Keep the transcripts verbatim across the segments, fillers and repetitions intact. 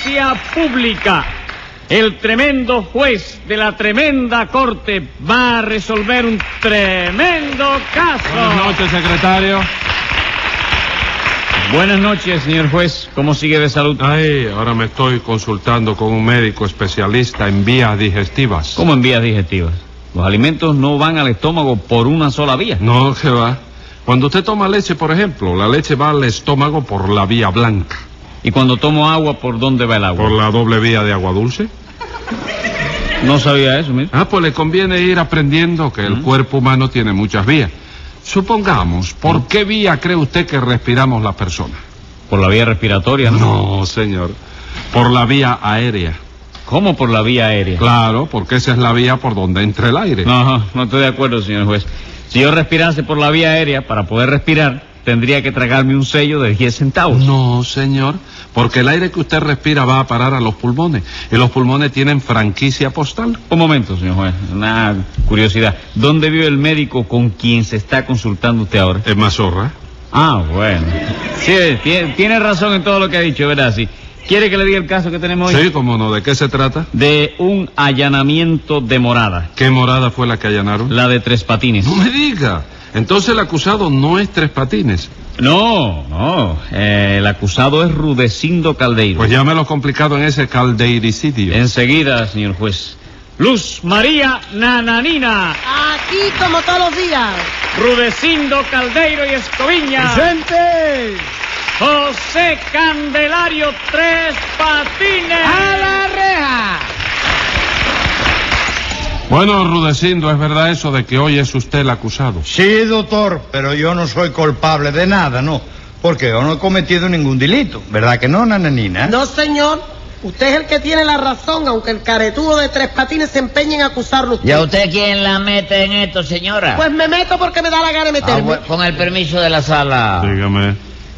audiencia pública. El tremendo juez de la tremenda corte va a resolver un tremendo caso. Buenas noches, secretario. Buenas noches, señor juez. ¿Cómo sigue de salud? Ay, ahora me estoy consultando con un médico especialista en vías digestivas. ¿Cómo en vías digestivas? Los alimentos no van al estómago por una sola vía. No, que va. Cuando usted toma leche, por ejemplo, la leche va al estómago por la vía blanca. ¿Y cuando tomo agua, por dónde va el agua? ¿Por la doble vía de agua dulce? No sabía eso, mire. Ah, pues le conviene ir aprendiendo que el ¿Mm? cuerpo humano tiene muchas vías. Supongamos, ¿por ¿Mm? qué vía cree usted que respiramos las personas? Por la vía respiratoria, ¿no? No, señor. Por la vía aérea. ¿Cómo por la vía aérea? Claro, porque esa es la vía por donde entra el aire. No, no estoy de acuerdo, señor juez. Si yo respirase por la vía aérea, para poder respirar, tendría que tragarme un sello de diez centavos. No, señor, porque el aire que usted respira va a parar a los pulmones, y los pulmones tienen franquicia postal. Un momento, señor juez, una curiosidad. ¿Dónde vive el médico con quien se está consultando usted ahora? En Mazorra. Ah, bueno. Sí, tiene, tiene razón en todo lo que ha dicho, ¿verdad? Sí. ¿Quiere que le diga el caso que tenemos hoy? Sí, cómo no. ¿De qué se trata? De un allanamiento de morada. ¿Qué morada fue la que allanaron? La de Tres Patines. No me diga. Entonces el acusado no es Tres Patines. No, no. Eh, el acusado es Rudecindo Caldeiro. Pues llámelo complicado en ese caldeiricidio. Enseguida, señor juez. Luz María Nananina. Aquí como todos los días. Rudecindo Caldeiro y Escoviña. ¡Presente! José Candelario Tres Patines. ¡A la reja! Bueno, Rudecindo, ¿es verdad eso de que hoy es usted el acusado? Sí, doctor, pero yo no soy culpable de nada, ¿no? Porque yo no he cometido ningún delito, ¿verdad que no, Nananina? No, señor. Usted es el que tiene la razón, aunque el caretudo de Tres Patines se empeñe en acusarlo. ¿Y a usted quién la mete en esto, señora? Pues me meto porque me da la gana de meterme. Ah, bueno, con el permiso de la sala. Dígame.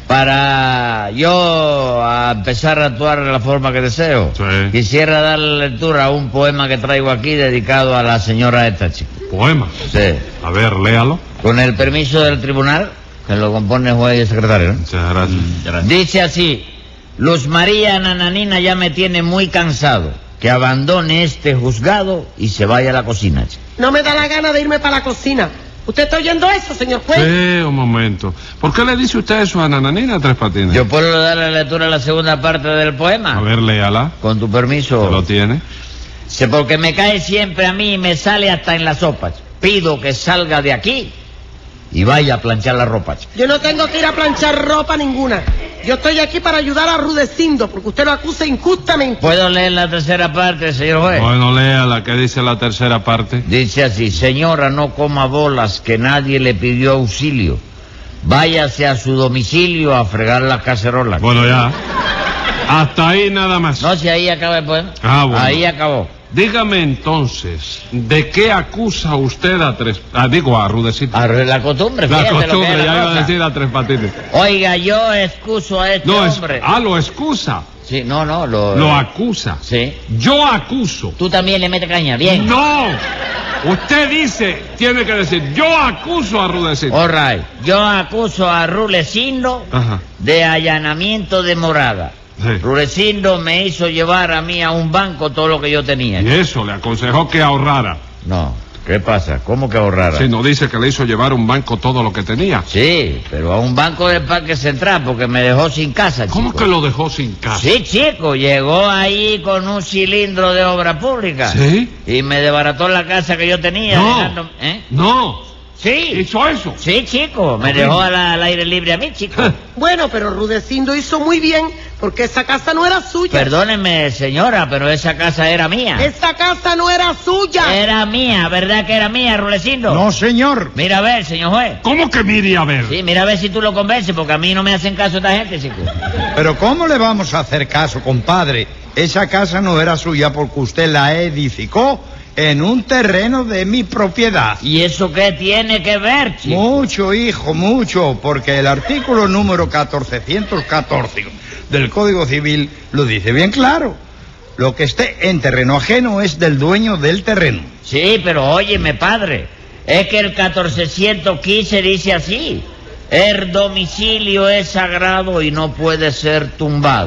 Para yo a empezar a actuar de la forma que deseo, sí. Quisiera darle lectura a un poema que traigo aquí dedicado a la señora esta, chica. ¿Poema? Sí. A ver, léalo. Con el permiso del tribunal, que lo compone el juez y el secretario, ¿no? Muchas gracias. Mm, gracias. Dice así: Luz María Nananina ya me tiene muy cansado. Que abandone este juzgado y se vaya a la cocina, chica. No me da la gana de irme para la cocina. ¿Usted está oyendo eso, señor juez? Sí, un momento. ¿Por qué le dice usted eso a Nananina, Tres Patines? ¿Yo puedo darle lectura a la segunda parte del poema? A ver, léala. Con tu permiso. ¿Lo tiene? Sí, porque me cae siempre a mí y me sale hasta en las sopas. Pido que salga de aquí y vaya a planchar la ropa. Yo no tengo que ir a planchar ropa ninguna. Yo estoy aquí para ayudar a Rudecindo, porque usted lo acusa injustamente. ¿Puedo leer la tercera parte, señor juez? Bueno, léala. ¿Qué dice la tercera parte? Dice así: señora, no coma bolas, que nadie le pidió auxilio. Váyase a su domicilio a fregar las cacerolas. Bueno, ya. Hasta ahí nada más. No, si ahí acaba el poema. Ah, bueno. Ahí acabó. Dígame entonces, ¿de qué acusa usted a Tres... Ah, digo, a Rudecindo? A la costumbre, La fíjate lo que costumbre, es la ya iba a cosa. decir a Tres Patines. Oiga, yo excuso a este No, es... hombre. Ah, lo excusa. Sí, no, no, lo... Lo acusa. Sí. Yo acuso. Tú también le metes caña, bien. No. Usted dice, tiene que decir, yo acuso a Rudecindo. All right. Yo acuso a Rudecindo Ajá. de allanamiento de morada. Sí. Rudecindo me hizo llevar a mí a un banco todo lo que yo tenía. Y eso, le aconsejó que ahorrara. No, ¿qué pasa? ¿Cómo que ahorrara? Si no dice que le hizo llevar a un banco todo lo que tenía. Sí, pero a un banco del Parque Central porque me dejó sin casa, ¿Cómo chico. que lo dejó sin casa? Sí, chico, llegó ahí con un cilindro de obra pública. ¿Sí? Y me desbarató la casa que yo tenía. No. dejando- ¿Eh? No. Sí. ¿Hizo eso? Sí, chico, me dejó al, al aire libre a mí, chico. Bueno, pero Rudecindo hizo muy bien, porque esa casa no era suya. Perdóneme, señora, pero esa casa era mía. Esa casa no era suya. Era mía, ¿verdad que era mía, Rudecindo? No, señor. Mira a ver, señor juez. ¿Cómo que mire a ver? Sí, mira a ver si tú lo convences, porque a mí no me hacen caso esta gente, chico. Pero ¿cómo le vamos a hacer caso, compadre? Esa casa no era suya porque usted la edificó en un terreno de mi propiedad. ¿Y eso qué tiene que ver, chico? Mucho, hijo, mucho, porque el artículo número catorcientos catorce del Código Civil lo dice bien claro. Lo que esté en terreno ajeno es del dueño del terreno. Sí, pero óyeme, padre, es que el catorcientos quince dice así: el domicilio es sagrado y no puede ser tumbado.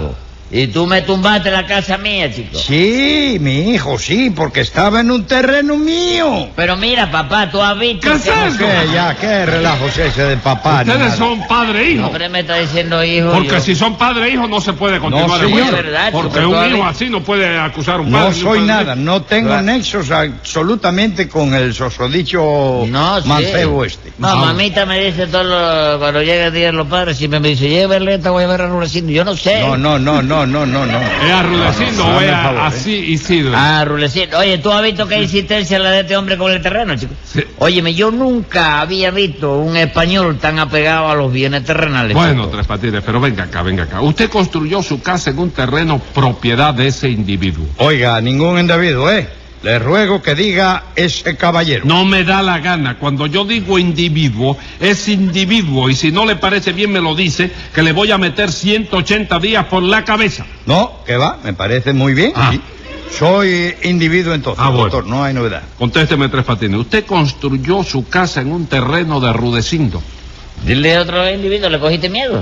Y tú me tumbaste la casa mía, chico. Sí, mi hijo, sí, porque estaba en un terreno mío. Pero mira, papá, tú has visto... ¿Qué es que- eso? ¿Qué, ya, qué relajo es ese de papá? ni Ustedes nada. son padre e hijo. Hombre, me está diciendo hijo. Porque yo- si son padre e hijo no se puede continuar No, el señor. juicio. Es verdad, chico, Porque pero un todavía- hijo así no puede acusar a un padre. No ni un soy padre. nada, no tengo Claro. nexos absolutamente con el sosodicho No, sí. mancebo este. No, mamita me dice todo lo- cuando llega el día de los padres, siempre me dice, llévele esta, voy a ver a Rulecindo. Yo no sé. No, no, no, no, no, no, no. ¿Es a Rudecindo No, no, o es hazme el favor, a- ¿eh? así Isidro? Ah, Rulecindo. Oye, ¿tú has visto qué insistencia la de este hombre con el terreno, chico? Sí. Óyeme, yo nunca había visto un español tan apegado a los bienes terrenales. Bueno, chico. Tres Patines, pero venga acá, venga acá. Usted construyó su casa en un terreno propiedad de ese individuo. Oiga, ningún individuo, ¿eh? Le ruego que diga ese caballero. No me da la gana. Cuando yo digo individuo, es individuo. Y si no le parece bien, me lo dice, que le voy a meter ciento ochenta días por la cabeza. No, que va, me parece muy bien. Ah. Sí. Soy individuo entonces, Ah, bueno. doctor, no hay novedad. Contésteme, Tres Patines. Usted construyó su casa en un terreno de Rudecindo. Dile a otro individuo, ¿le cogiste miedo?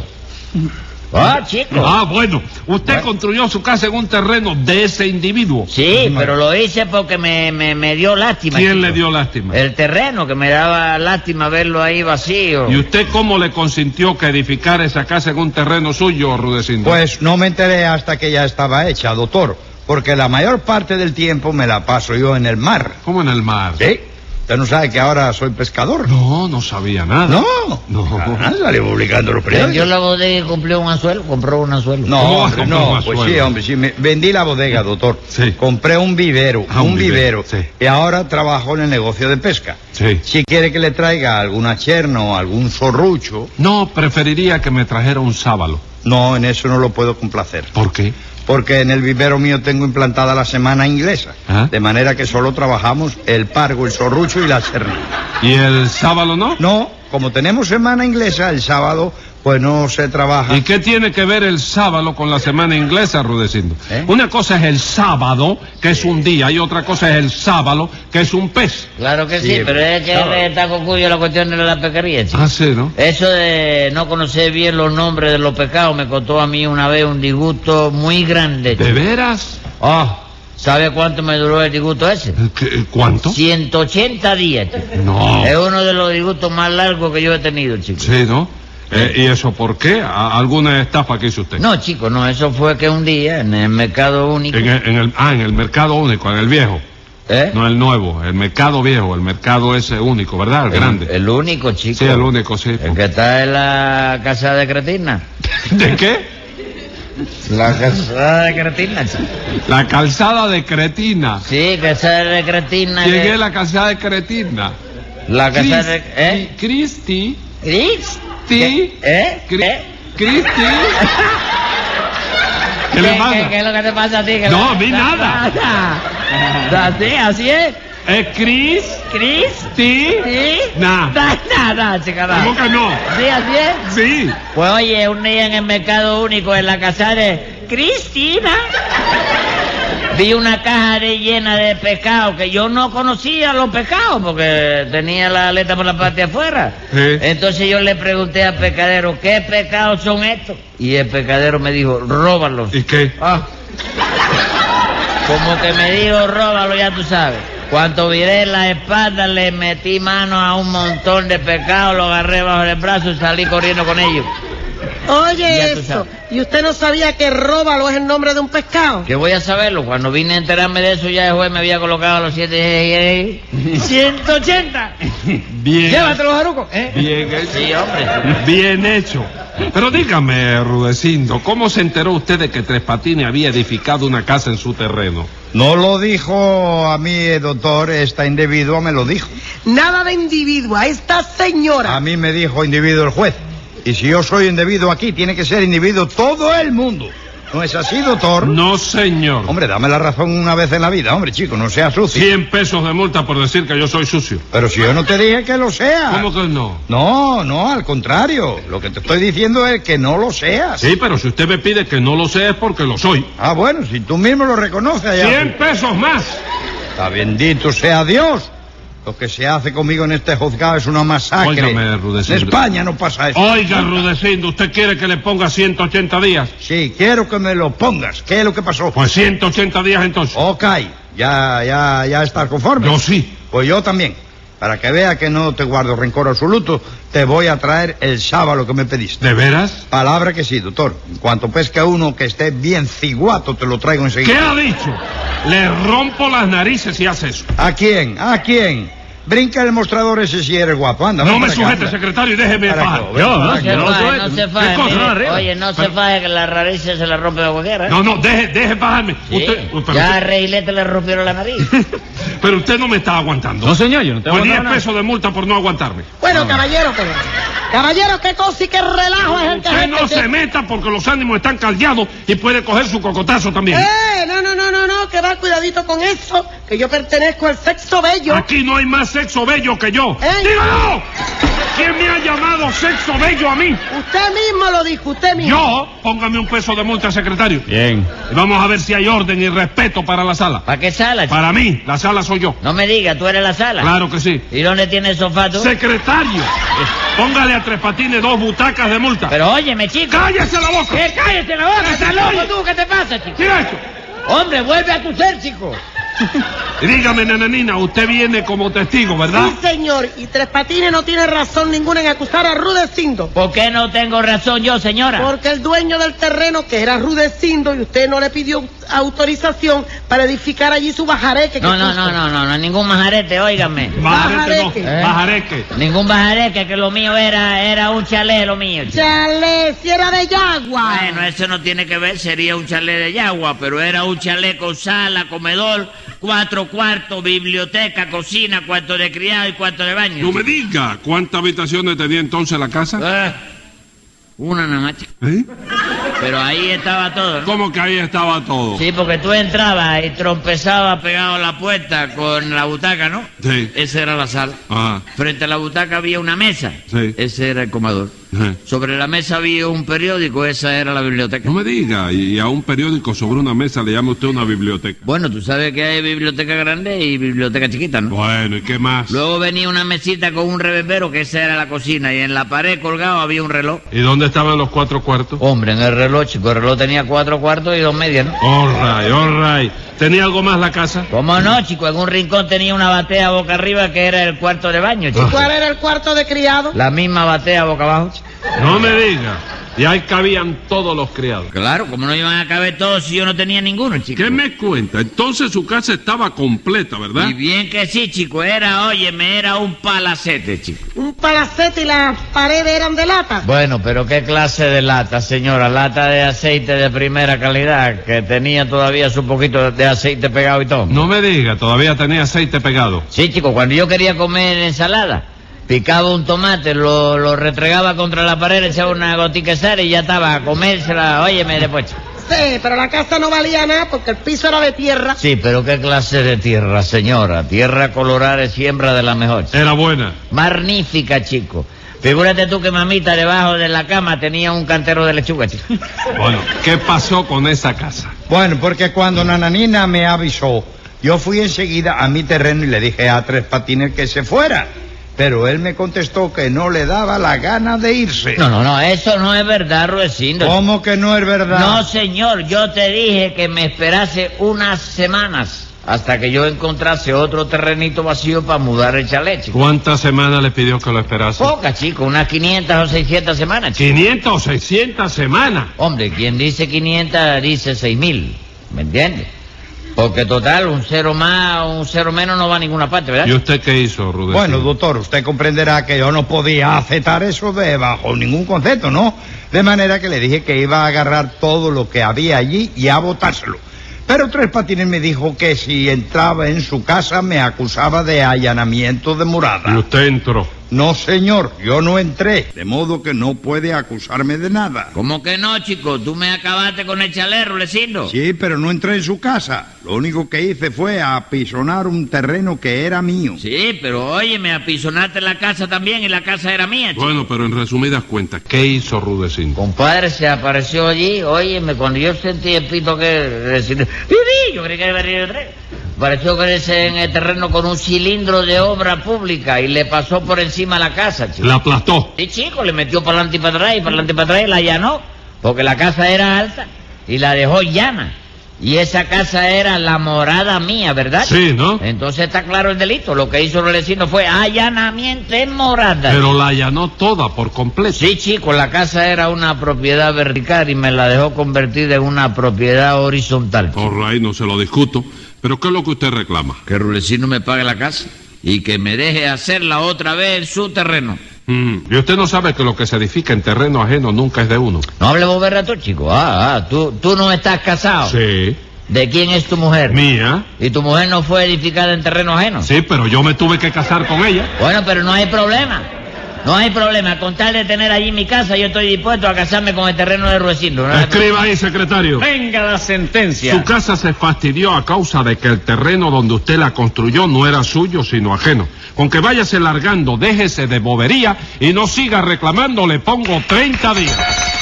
Ah, chico. Ah, bueno. Usted Bueno. construyó su casa en un terreno de ese individuo. Sí, pero lo hice porque me, me, me dio lástima. ¿Quién chico. le dio lástima? El terreno, que me daba lástima verlo ahí vacío. ¿Y usted cómo le consintió que edificara esa casa en un terreno suyo, Rudecindo? Pues no me enteré hasta que ya estaba hecha, doctor, porque la mayor parte del tiempo me la paso yo en el mar. ¿Cómo en el mar? ¿Sí? ¿Usted no sabe que ahora soy pescador? No, no sabía nada. No. No. Ah, salió publicando los Vendió periódicos. la bodega y cumplió un anzuelo, compró un anzuelo. No, ¿Cómo va a hombre, comprar no, un pues anzuelo? sí, hombre, sí, me- vendí la bodega, doctor. Sí. Compré un vivero, Ah, un un vivero, vivero, sí. y ahora trabajo en el negocio de pesca. Sí. Si quiere que le traiga alguna cherna o algún zorrucho, No, preferiría que me trajera un sábalo. no, en eso no lo puedo complacer. ¿Por qué? Porque en el vivero mío tengo implantada la semana inglesa. ¿Ah? De manera que solo trabajamos el pargo, el zorrucho y la cherna. ¿Y el sábalo no? No, como tenemos semana inglesa, el sábado pues no se trabaja. ¿Y qué tiene que ver el sábado con la semana inglesa, Rudecindo? ¿Eh? Una cosa es el sábado, que es un día, y otra cosa es el sábalo, que es un pez. Claro que sí, Sí, pero es que sábado. él está con cuyo la cuestión de la pesquería, chico. Ah, sí, ¿no? Eso de no conocer bien los nombres de los pecados me costó a mí una vez un disgusto muy grande. ¿De veras? Ah, ¿sabe cuánto me duró el disgusto ese? ¿Qué- ¿Cuánto? ciento ochenta días, chico. No. Es uno de los disgustos más largos que yo he tenido, chico. Sí, ¿no? Eh, ¿Y eso por qué? ¿A- ¿Alguna estafa que hizo usted? No, chico, no, eso fue que un día en el mercado único... En el, en el- ah, en el mercado único, en el viejo. ¿Eh? No el nuevo, el mercado viejo, el mercado ese único, ¿verdad? El, grande. El, el único, chico. Sí, el único, sí. El que está en la casa de Cretina. ¿De qué? La casa de Cretina, chico. La calzada de Cretina. Sí, casa de Cretina. ¿Quién que- es la calzada de Cretina? La casa de... ¿Eh? Cristi. ¿Cris? Cristi. ¿Eh? Cri- ¿Eh? Cristi. ¿Qué le pasa? ¿Qué, qué es lo que te pasa a ti? ¿Qué No, le- a mí nada. Así, así es. ¿Es Cris? ¿Cris? ¿Sí? ¿Sí? Nah. Da, nada, chica, da. ¿Cómo que no? Sí, así es. Sí. Pues oye, un día en el mercado único, en la casa de Cristina, vi una caja de llena de pescado, que yo no conocía los pescados, porque tenía la aleta por la parte de afuera. Sí. Entonces yo le pregunté al pescadero, ¿qué pescados son estos? Y el pescadero me dijo, róbalos. ¿Y qué? Ah. Como que me dijo, róbalo, ya tú sabes. Cuando viré la espalda, le metí mano a un montón de pescados, lo agarré bajo el brazo y salí corriendo con ellos. Oye Ya tú eso, sabes. ¿y usted no sabía que róbalo es el nombre de un pescado? ¿Qué voy a saberlo? Cuando vine a enterarme de eso, ya el juez me había colocado a los siete... ¡ciento ochenta! Bien. ¡Llévatelo, Jaruco! ¿Eh? Bien hecho. Sí, hombre. Bien hecho. Pero dígame, Rudecindo, ¿cómo se enteró usted de que Tres Patines había edificado una casa en su terreno? No lo dijo a mí, eh, doctor, esta individua me lo dijo. Nada de individuo, a esta señora. A mí me dijo individuo el juez. Y si yo soy individuo aquí, tiene que ser individuo todo el mundo. ¿No es así, doctor? No, señor. Hombre, dame la razón una vez en la vida, hombre, chico, no seas sucio. Cien pesos de multa por decir que yo soy sucio. Pero si yo no te dije que lo sea. ¿Cómo que no? No, no, al contrario. Lo que te estoy diciendo es que no lo seas. Sí, pero si usted me pide que no lo sea es porque lo soy. Ah, bueno, si tú mismo lo reconoces allá. Cien pesos más. Está bendito sea Dios. Lo que se hace conmigo en este juzgado es una masacre. Óigame, Rudecindo. En España no pasa eso. Oiga, Rudecindo, ¿usted quiere que le ponga ciento ochenta días? Sí, quiero que me lo pongas. ¿Qué es lo que pasó? Pues ciento ochenta días entonces. Ok, ya, ya, ya estás conforme. Yo sí. Pues yo también. Para que vea que no te guardo rencor absoluto, te voy a traer el sábalo que me pediste. ¿De veras? Palabra que sí, doctor. En cuanto pesque uno que esté bien ciguato, te lo traigo enseguida. ¿Qué ha dicho? Le rompo las narices si hace eso. ¿A quién? ¿A quién? Brinca el mostrador ese si eres guapo. Anda, No ven me para acá, sujete, anda. secretario, y déjeme Para bajar. acá, Yo, ven, no, ven, No se no, faje, no, no se ¿qué faje. cosa, mire. no, arriba? Oye, no se Pero- faje que las raíces se las rompe a cualquiera. No, no, deje, deje bajarme. Sí, Usted, uh, pero, ya a usted, Reilete le rompieron la nariz. pero usted no me está aguantando. No, señor, yo no te voy Pues a diez dar nada. pesos de multa por no aguantarme. Bueno, caballero, pero... Caballero, qué cosa y qué relajo es el que... Usted no se meta porque los ánimos están caldeados y puede coger su cocotazo también. ¡Eh! No, no, no, no, no, que va cuidadito con eso, que yo pertenezco al sexo bello. Aquí no hay más sexo bello que yo. ¿Eh? ¡Dígalo! ¿Quién me ha llamado sexo bello a mí? Usted mismo lo dijo, usted mismo. Yo, póngame un peso de multa, secretario. Bien. Y vamos a ver si hay orden y respeto para la sala. ¿Para qué sala, chico? Para mí, la sala soy yo. No me digas, tú eres la sala. Claro que sí. ¿Y dónde tiene el sofá tú? Secretario, póngale a Tres Patines dos butacas de multa. Pero óyeme, chico. ¡Cállese la boca! ¿Qué? Cállate la boca, estás loco tú, ¿qué te pasa, chico? ¡Silencio! Hombre, vuelve a tu ser, chico. Y dígame, nananina, usted viene como testigo, ¿verdad? Sí, señor, y Tres Patines no tiene razón ninguna en acusar a Rudecindo. ¿Por qué no tengo razón yo, señora? Porque el dueño del terreno, que era Rudecindo, y usted no le pidió autorización para edificar allí su bajareque. que No, no, puso. no, no, no, no, ningún majarete, óigame. Bajarete no, Bajareque. ¿Eh? bajareque. Ningún bajareque, que lo mío era, era un chalet, lo mío, chico. Chale, si era de Yagua. Bueno, eso no tiene que ver, sería un chalet de Yagua, pero era un chalet con sala, comedor, cuatro cuartos, biblioteca, cocina, cuarto de criado y cuarto de baño. No me diga, ¿cuántas habitaciones tenía entonces la casa? Eh, una nada más, chico. ¿Eh? Pero ahí estaba todo, ¿no? ¿Cómo que ahí estaba todo? Sí, porque tú entrabas y trompezabas pegado a la puerta con la butaca, ¿no? Sí. Esa era la sala. Ah, Frente a la butaca había una mesa. Sí. Ese era el comedor. eh. Sobre la mesa había un periódico, esa era la biblioteca. No me diga, y a un periódico sobre una mesa le llama usted una biblioteca. Bueno, tú sabes que hay biblioteca grande y biblioteca chiquita, ¿no? Bueno, ¿y qué más? Luego venía una mesita con un reverbero, que esa era la cocina, y en la pared colgado había un reloj. ¿Y dónde estaban los cuatro cuartos? Hombre, en el reloj, chico, el reloj tenía cuatro cuartos y dos medias, ¿no? All right, all right. ¿Tenía algo más la casa? ¿Cómo no, chico? En un rincón tenía una batea boca arriba que era el cuarto de baño, chico. ¿Cuál era el cuarto de criado? La misma batea boca abajo, chico. No me diga. Y ahí cabían todos los criados. Claro, como no iban a caber todos si yo no tenía ninguno, chico. ¿Qué me cuenta? Entonces su casa estaba completa, ¿verdad? Y bien que sí, chico, era, óyeme, era un palacete, chico. Un palacete y las paredes eran de lata. Bueno, pero qué clase de lata, señora, lata de aceite de primera calidad, que tenía todavía su poquito de aceite pegado y todo. No me diga, todavía tenía aceite pegado. Sí, chico, cuando yo quería comer ensalada, picaba un tomate, lo, lo retregaba contra la pared, le echaba una gotica de sal y ya estaba a comérsela, óyeme, después, chico. Sí, pero la casa no valía nada porque el piso era de tierra. Sí, pero qué clase de tierra, señora. Tierra colorada es siembra de la mejor. chico. Era buena. Magnífica, chico. Figúrate tú que mamita debajo de la cama tenía un cantero de lechuga, chico. Bueno, ¿qué pasó con esa casa? Bueno, porque cuando Nananina me avisó, yo fui enseguida a mi terreno y le dije a Tres Patines que se fuera. Pero él me contestó que no le daba la gana de irse. No, no, no, eso no es verdad, Ruecindo. ¿Cómo que no es verdad? No, señor, yo te dije que me esperase unas semanas hasta que yo encontrase otro terrenito vacío para mudar el chalet, chico. ¿Cuántas semanas le pidió que lo esperase? Pocas, chico, unas quinientas o seiscientas semanas, chico. ¿quinientas o seiscientas semanas? Hombre, quien dice quinientas dice seis mil, ¿me entiendes? Porque total, un cero más o un cero menos no va a ninguna parte, ¿verdad? ¿Y usted qué hizo, Rudecindo? Bueno, doctor, usted comprenderá que yo no podía aceptar eso de bajo ningún concepto, ¿no? De manera que le dije que iba a agarrar todo lo que había allí y a botárselo. Pero Tres Patines me dijo que si entraba en su casa me acusaba de allanamiento de morada. Y usted entró. No, señor, yo no entré, de modo que no puede acusarme de nada. ¿Cómo que no, chico? Tú me acabaste con el chalet, Rulecindo. Sí, pero no entré en su casa. Lo único que hice fue apisonar un terreno que era mío. Sí, pero oye, me apisonaste la casa también y la casa era mía, chico. Bueno, pero en resumidas cuentas, ¿qué hizo Rudecindo? Compadre, se apareció allí, óyeme, cuando yo sentí el pito que decir, ¡Viví! Yo creí que iba a venir el tren. pareció quedarse en el terreno con un cilindro de obra pública y le pasó por encima la casa, chico. La aplastó. Sí, chico, le metió para adelante y para atrás y para adelante y para atrás y la allanó, porque la casa era alta y la dejó llana. Y esa casa era la morada mía, ¿verdad? Sí, ¿no? Entonces está claro el delito. Lo que hizo el vecino fue allanamiento en morada. Pero la allanó toda por completo. Sí, chico, la casa era una propiedad vertical y me la dejó convertida en una propiedad horizontal. All right, no se lo discuto. Pero ¿qué es lo que usted reclama? Que Rudecindo me pague la casa y que me deje hacerla otra vez en su terreno. Mm, y usted no sabe que lo que se edifica en terreno ajeno nunca es de uno. No hable boberra tú, chico. Ah, ah, tú, tú no estás casado. Sí. ¿De quién es tu mujer? Mía. ¿Y tu mujer no fue edificada en terreno ajeno? Sí, pero yo me tuve que casar con ella. Bueno, pero no hay problema. No hay problema. Con tal de tener allí mi casa, yo estoy dispuesto a casarme con el terreno de Rudecindo. ¿No? Escriba ahí, secretario. Venga la sentencia. Su casa se fastidió a causa de que el terreno donde usted la construyó no era suyo, sino ajeno. Con que váyase largando, déjese de bobería y no siga reclamando, le pongo treinta días.